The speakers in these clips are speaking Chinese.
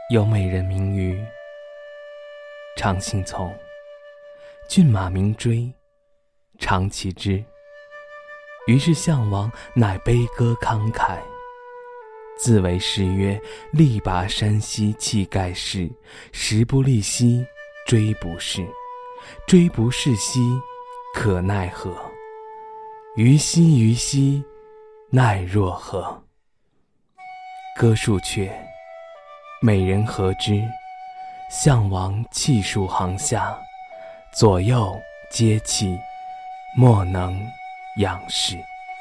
有美人名于常信从，骏马名追，常骑之。于是项王乃悲歌慷慨，自为诗曰：力拔山兮气盖世，时不利兮骓不逝，骓不逝兮可奈何，虞兮虞兮奈若何。歌数阙，美人何之？项王泣数行下，左右皆泣，莫能仰视。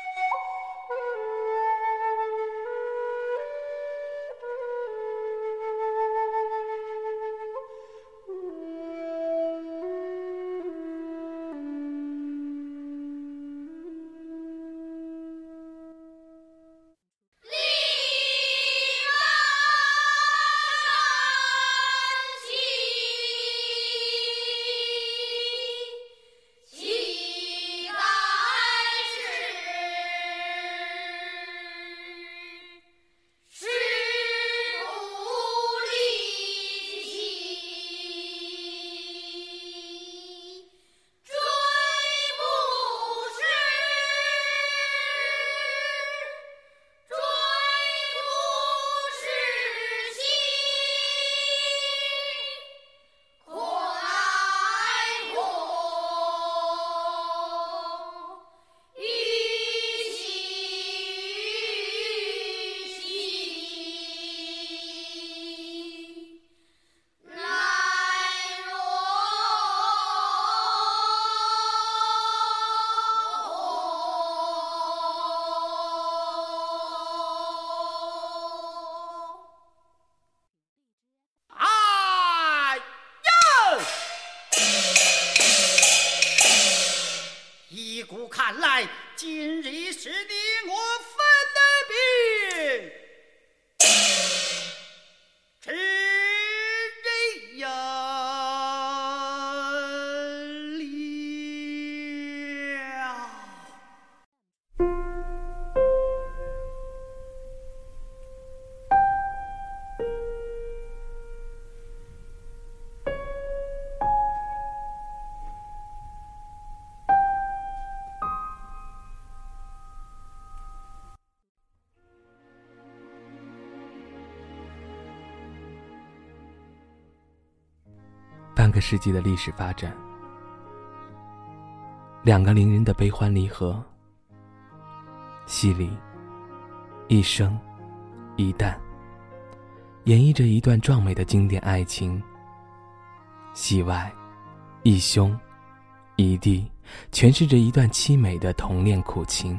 看来今日是你我分的病，吃人呀了。 半个世纪的历史发展，两个邻人的悲欢离合，戏里一生一旦，演绎着一段壮美的经典爱情；戏外一兄一弟，诠释着一段凄美的同恋苦情。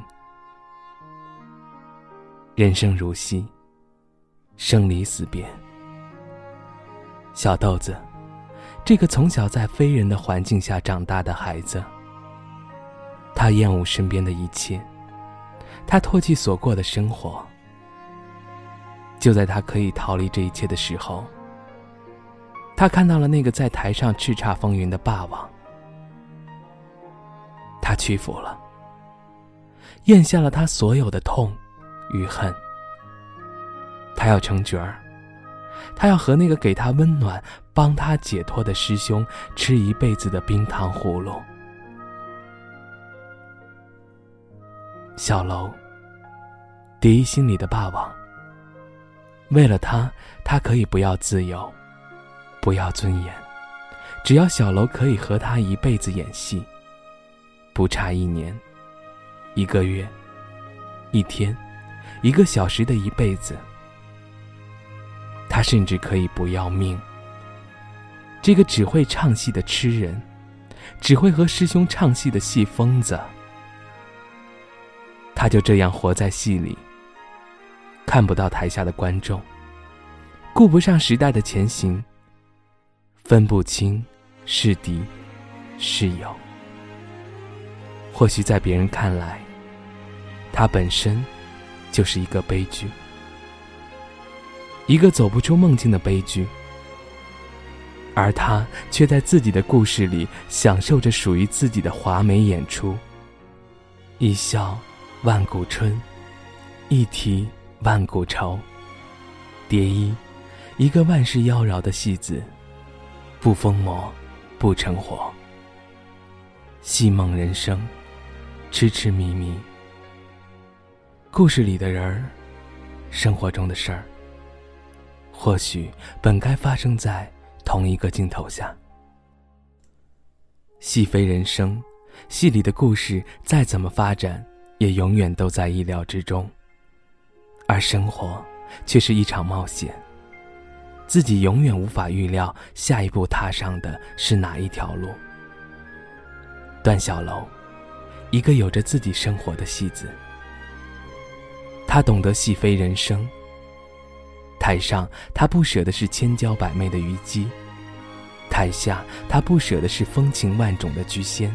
人生如戏，生离死别。小豆子，这个从小在非人的环境下长大的孩子，他厌恶身边的一切，他唾弃所过的生活。就在他可以逃离这一切的时候，他看到了那个在台上叱咤风云的霸王。他屈服了，咽下了他所有的痛与恨。他要成角儿，他要和那个给他温暖帮他解脱的师兄吃一辈子的冰糖葫芦。小楼，敌心里的霸王，为了他，他可以不要自由，不要尊严，只要小楼可以和他一辈子演戏，不差1年、1个月、1天、1个小时的一辈子。他甚至可以不要命。这个只会唱戏的痴人，只会和师兄唱戏的戏疯子，他就这样活在戏里，看不到台下的观众，顾不上时代的前行，分不清是敌是友。或许在别人看来，他本身就是一个悲剧，一个走不出梦境的悲剧，而他却在自己的故事里享受着属于自己的华美演出。一笑万古春，一啼万古愁。蝶衣一个万事妖娆的戏子，不疯魔，不成活，戏梦人生，痴痴迷迷。故事里的人儿，生活中的事儿，或许本该发生在同一个镜头下。戏非人生，戏里的故事再怎么发展，也永远都在意料之中。而生活却是一场冒险，自己永远无法预料下一步踏上的是哪一条路。段小楼，一个有着自己生活的戏子，他懂得戏非人生。台上他不舍的是千娇百媚的虞姬，台下他不舍的是风情万种的菊仙。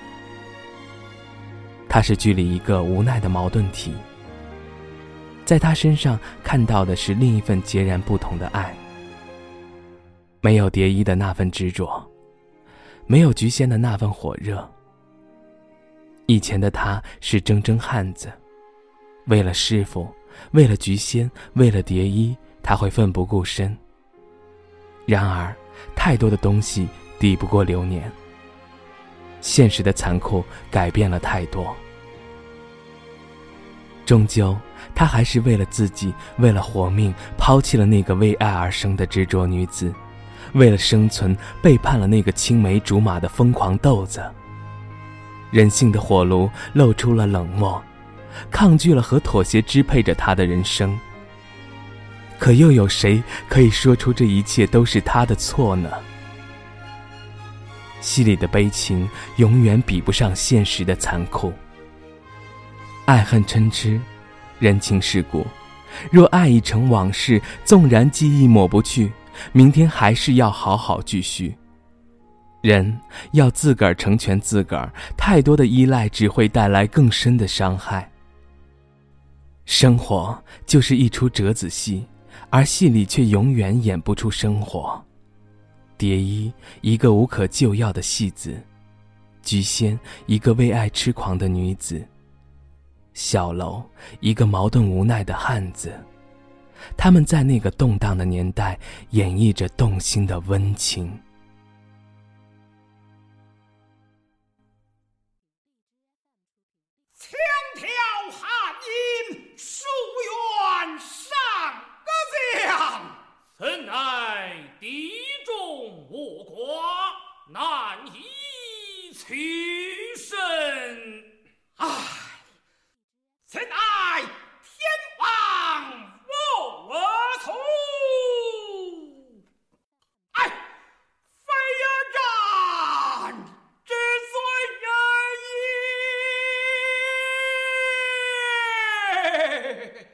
他是剧里一个无奈的矛盾体，在他身上看到的是另一份截然不同的爱。没有蝶衣的那份执着，没有菊仙的那份火热。以前的他是铮铮汉子，为了师傅，为了菊仙，为了蝶衣，他会奋不顾身。然而太多的东西抵不过流年，现实的残酷改变了太多。终究他还是为了自己，为了活命，抛弃了那个为爱而生的执着女子，为了生存背叛了那个青梅竹马的疯狂豆子。人性的火炉露出了冷漠，抗拒了和妥协支配着他的人生。可又有谁可以说出这一切都是他的错呢？戏里的悲情永远比不上现实的残酷。爱恨嗔痴，人情世故，若爱已成往事，纵然记忆抹不去，明天还是要好好继续。人要自个儿成全自个儿，太多的依赖只会带来更深的伤害。生活就是一出折子戏，而戏里却永远演不出生活。蝶衣，一个无可救药的戏子；菊仙，一个为爱痴狂的女子；小楼，一个矛盾无奈的汉子。他们在那个动荡的年代，演绎着动心的温情。 千条汉阴，孰愿上将？ 怎奈敌众我寡，难以取胜。 唉，此乃天王我错。哎，非尔战之罪人也。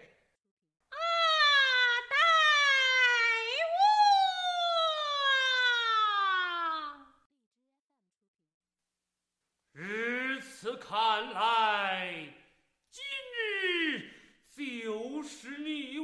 如此看来，今日就是你